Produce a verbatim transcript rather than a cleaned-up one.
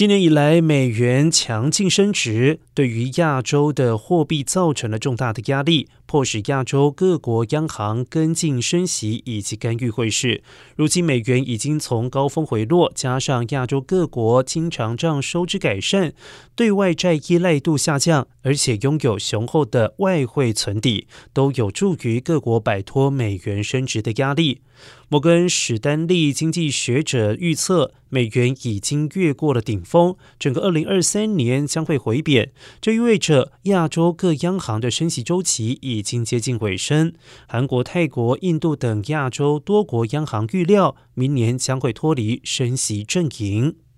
今年以来，美元强劲升值，对于亚洲的货币造成了重大的压力，迫使亚洲各国央行跟进升息以及干预汇市。如今美元已经从高峰回落，加上亚洲各国经常账收支改善，对外债依赖度下降，而且拥有雄厚的外汇存底，都有助于各国摆脱美元升值的压力。摩根史丹利经济学者预测，美元已经越过了顶峰，整个二零二三年将会回贬，这意味着亚洲各央行的升息周期已经接近尾声。韩国、泰国、印度等亚洲多国央行预料，明年将会脱离升息阵营。